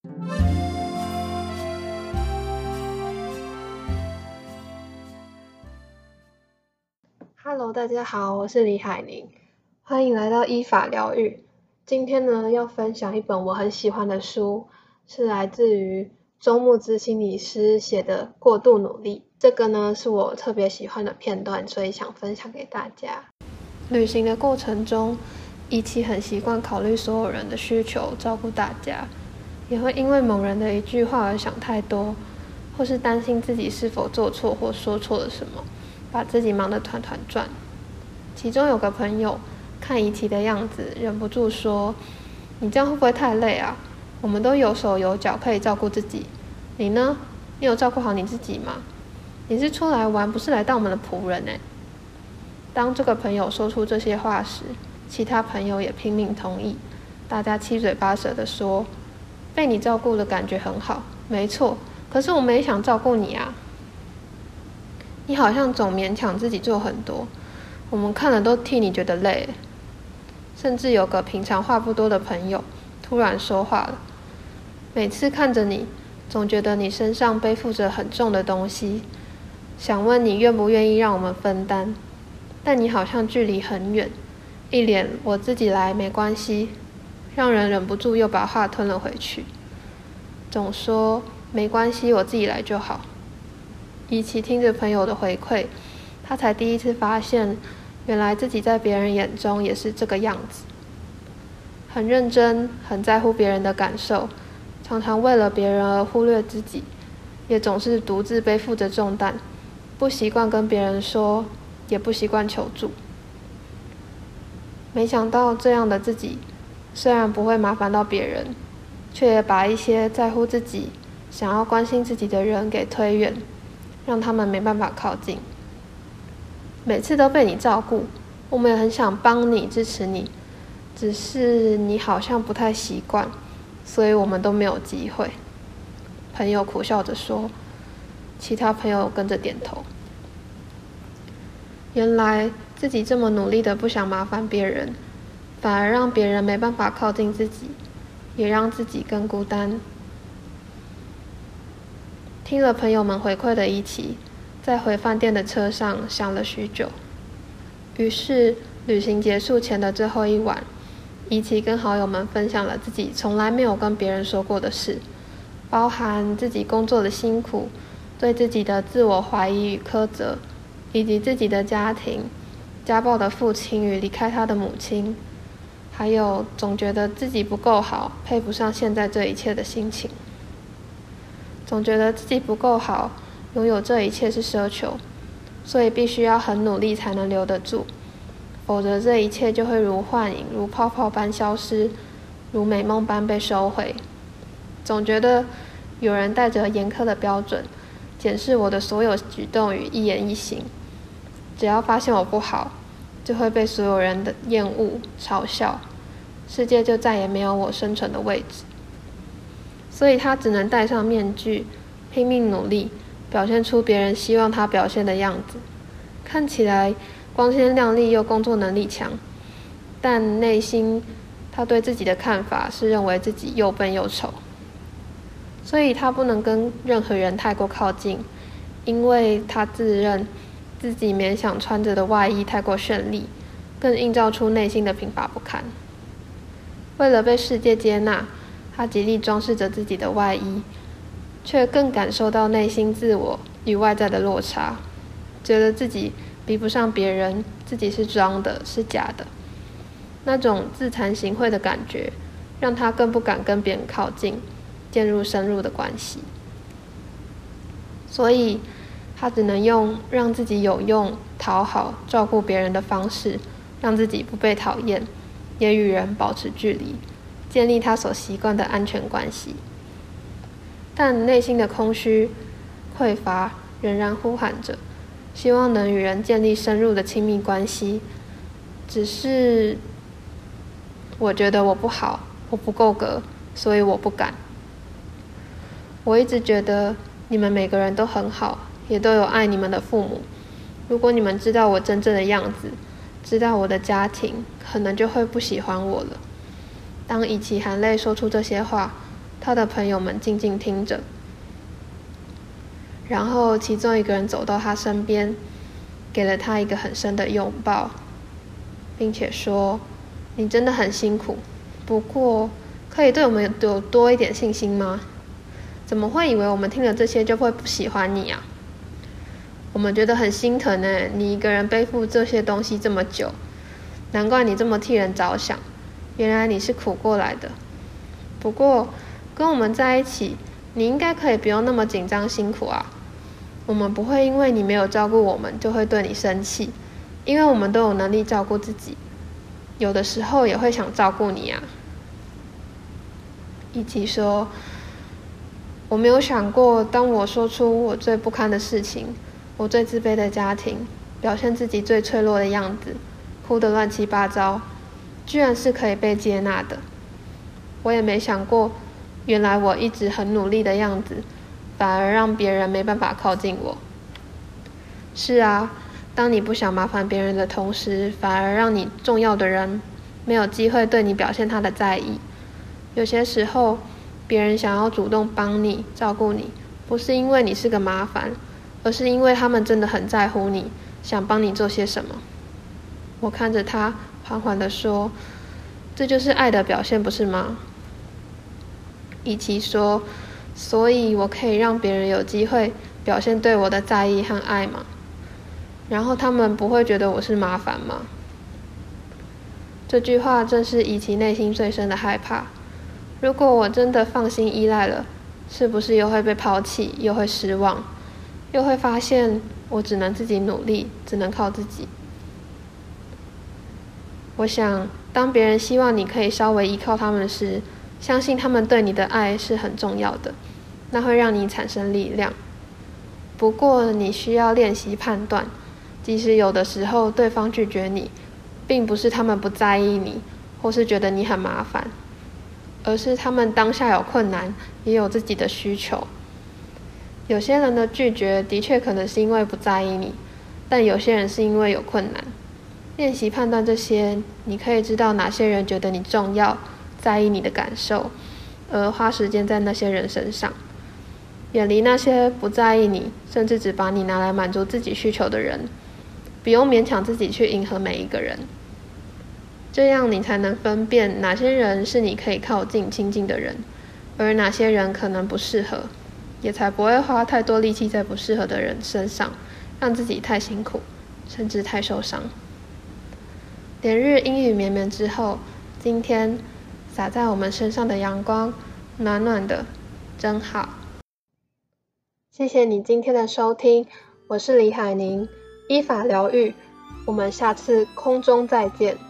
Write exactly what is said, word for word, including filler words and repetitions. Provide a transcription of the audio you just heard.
Hello， 大家好，我是李海宁，欢迎来到依法疗愈。今天呢，要分享一本我很喜欢的书，是来自于周慕姿心理师写的《过度努力》。这个呢，是我特别喜欢的片段，所以想分享给大家。旅行的过程中，一起很习惯考虑所有人的需求，照顾大家，也会因为某人的一句话而想太多，或是担心自己是否做错或说错了什么，把自己忙得团团转。其中有个朋友看怡琪的样子，忍不住说：“你这样会不会太累啊？我们都有手有脚，可以照顾自己。你呢？你有照顾好你自己吗？你是出来玩，不是来当我们的仆人欸。”当这个朋友说出这些话时，其他朋友也拼命同意，大家七嘴八舌地说：“被你照顾的感觉很好，没错，可是我们也想照顾你啊。你好像总勉强自己做很多，我们看了都替你觉得累。”甚至有个平常话不多的朋友突然说话了：“每次看着你，总觉得你身上背负着很重的东西，想问你愿不愿意让我们分担，但你好像距离很远，一脸我自己来没关系，让人忍不住又把话吞了回去，总说没关系，我自己来就好。”怡琪听着朋友的回馈，他才第一次发现，原来自己在别人眼中也是这个样子，很认真，很在乎别人的感受，常常为了别人而忽略自己，也总是独自背负着重担，不习惯跟别人说，也不习惯求助。没想到这样的自己，虽然不会麻烦到别人，却也把一些在乎自己、想要关心自己的人给推远，让他们没办法靠近。每次都被你照顾，我们也很想帮你、支持你，只是你好像不太习惯，所以我们都没有机会。朋友苦笑着说，其他朋友跟着点头。原来自己这么努力的不想麻烦别人，反而让别人没办法靠近自己，也让自己更孤单。听了朋友们回馈的怡琪，在回饭店的车上想了许久。于是旅行结束前的最后一晚，怡琪跟好友们分享了自己从来没有跟别人说过的事，包含自己工作的辛苦，对自己的自我怀疑与苛责，以及自己的家庭，家暴的父亲与离开他的母亲，还有总觉得自己不够好，配不上现在这一切的心情。总觉得自己不够好，拥有这一切是奢求，所以必须要很努力才能留得住，否则这一切就会如幻影、如泡泡般消失，如美梦般被收回。总觉得有人带着严苛的标准检视我的所有举动与一言一行，只要发现我不好，就会被所有人的厌恶、嘲笑，世界就再也没有我生存的位置。所以他只能戴上面具，拼命努力，表现出别人希望他表现的样子，看起来光鲜亮丽又工作能力强，但内心他对自己的看法是认为自己又笨又丑。所以他不能跟任何人太过靠近，因为他自认自己勉强穿着的外衣太过绚丽，更映照出内心的贫乏不堪。为了被世界接纳，他极力装饰着自己的外衣，却更感受到内心自我与外在的落差，觉得自己比不上别人，自己是装的，是假的。那种自惭形秽的感觉，让他更不敢跟别人靠近，渐入深入的关系。所以他只能用让自己有用、讨好、照顾别人的方式，让自己不被讨厌，也与人保持距离，建立他所习惯的安全关系。但内心的空虚、匮乏仍然呼喊着，希望能与人建立深入的亲密关系。只是我觉得我不好，我不够格，所以我不敢。我一直觉得你们每个人都很好，也都有爱你们的父母。如果你们知道我真正的样子，知道我的家庭，可能就会不喜欢我了。当怡琪含泪说出这些话， 他的朋友们静静听着。然后其中一个人走到他身边，给了他一个很深的拥抱，并且说：“你真的很辛苦，不过可以对我们有多一点信心吗？怎么会以为我们听了这些就会不喜欢你啊？我们觉得很心疼耶，你一个人背负这些东西这么久，难怪你这么替人着想，原来你是苦过来的。不过跟我们在一起，你应该可以不用那么紧张辛苦啊。我们不会因为你没有照顾我们就会对你生气，因为我们都有能力照顾自己，有的时候也会想照顾你啊。”一起说：“我没有想过，当我说出我最不堪的事情，我最自卑的家庭，表现自己最脆弱的样子，哭得乱七八糟，居然是可以被接纳的。我也没想过，原来我一直很努力的样子，反而让别人没办法靠近我。是啊，当你不想麻烦别人的同时，反而让你重要的人没有机会对你表现他的在意。有些时候，别人想要主动帮你、照顾你，不是因为你是个麻烦，而是因为他们真的很在乎你，想帮你做些什么。”我看着他，缓缓地说：“这就是爱的表现，不是吗？”以其说：“所以我可以让别人有机会表现对我的在意和爱吗？然后他们不会觉得我是麻烦吗？”这句话正是以其内心最深的害怕。如果我真的放心依赖了，是不是又会被抛弃，又会失望，又会发现我只能自己努力，只能靠自己？我想，当别人希望你可以稍微依靠他们时，相信他们对你的爱是很重要的，那会让你产生力量。不过你需要练习判断，即使有的时候对方拒绝你，并不是他们不在意你，或是觉得你很麻烦，而是他们当下有困难，也有自己的需求。有些人的拒绝的确可能是因为不在意你，但有些人是因为有困难。练习判断这些，你可以知道哪些人觉得你重要，在意你的感受，而花时间在那些人身上。远离那些不在意你，甚至只把你拿来满足自己需求的人，不用勉强自己去迎合每一个人。这样你才能分辨哪些人是你可以靠近亲近的人，而哪些人可能不适合，也才不会花太多力气在不适合的人身上，让自己太辛苦，甚至太受伤。连日阴雨绵绵之后，今天洒在我们身上的阳光，暖暖的，真好。谢谢你今天的收听，我是李海宁，依法疗愈，我们下次空中再见。